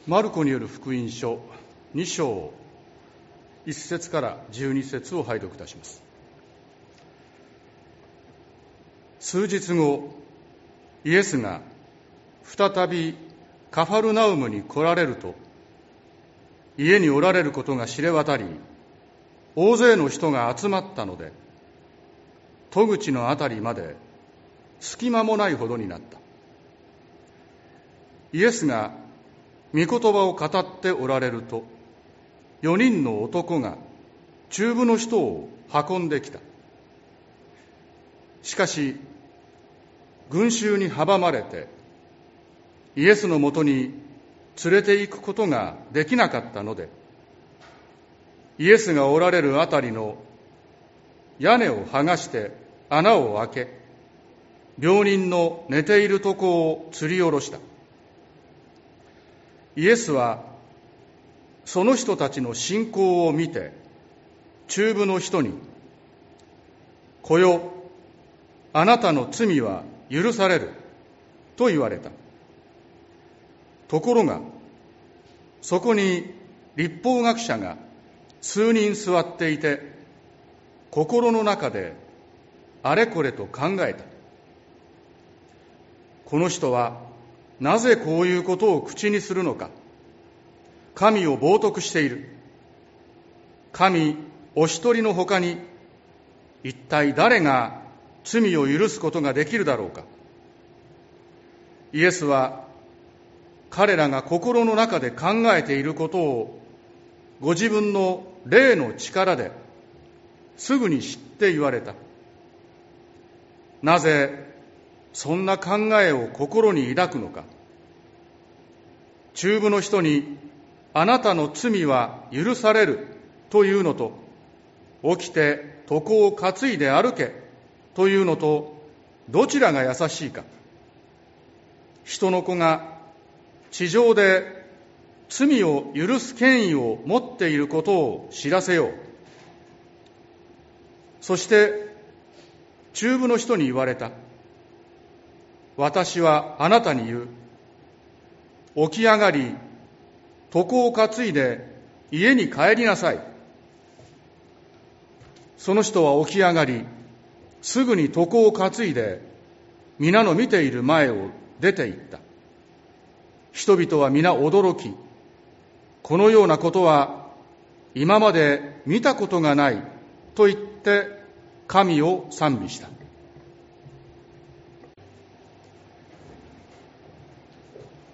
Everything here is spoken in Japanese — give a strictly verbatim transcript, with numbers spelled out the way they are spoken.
マルコによる福音書に章いっ節からじゅうに節を拝読いたします。数日後、イエスが再びカファルナウムに来られると、家におられることが知れ渡り、大勢の人が集まったので、戸口のあたりまで隙間もないほどになった。イエスが御言葉を語っておられると、四人の男が中部の人を運んできた。しかし群衆に阻まれてイエスのもとに連れて行くことができなかったので、イエスがおられるあたりの屋根を剥がして穴を開け、病人の寝ているとこを吊り下ろした。イエスはその人たちの信仰を見て、中部の人に、来よ、あなたの罪は許されると言われた。ところがそこに律法学者が数人座っていて、心の中であれこれと考えた。この人はなぜこういうことを口にするのか。神を冒涜している。神お一人のほかに一体誰が罪を許すことができるだろうか。イエスは彼らが心の中で考えていることをご自分の霊の力ですぐに知って言われた。なぜそんな考えを心に抱くのか。中部の人にあなたの罪は許されるというのと、起きて床を担いで歩けというのと、どちらが優しいか。人の子が地上で罪を許す権威を持っていることを知らせよう。そして中部の人に言われた。私はあなたに言う。起き上がり、床を担いで家に帰りなさい。その人は起き上がり、すぐに床を担いで皆の見ている前を出て行った。人々は皆驚き、このようなことは今まで見たことがないと言って神を賛美した。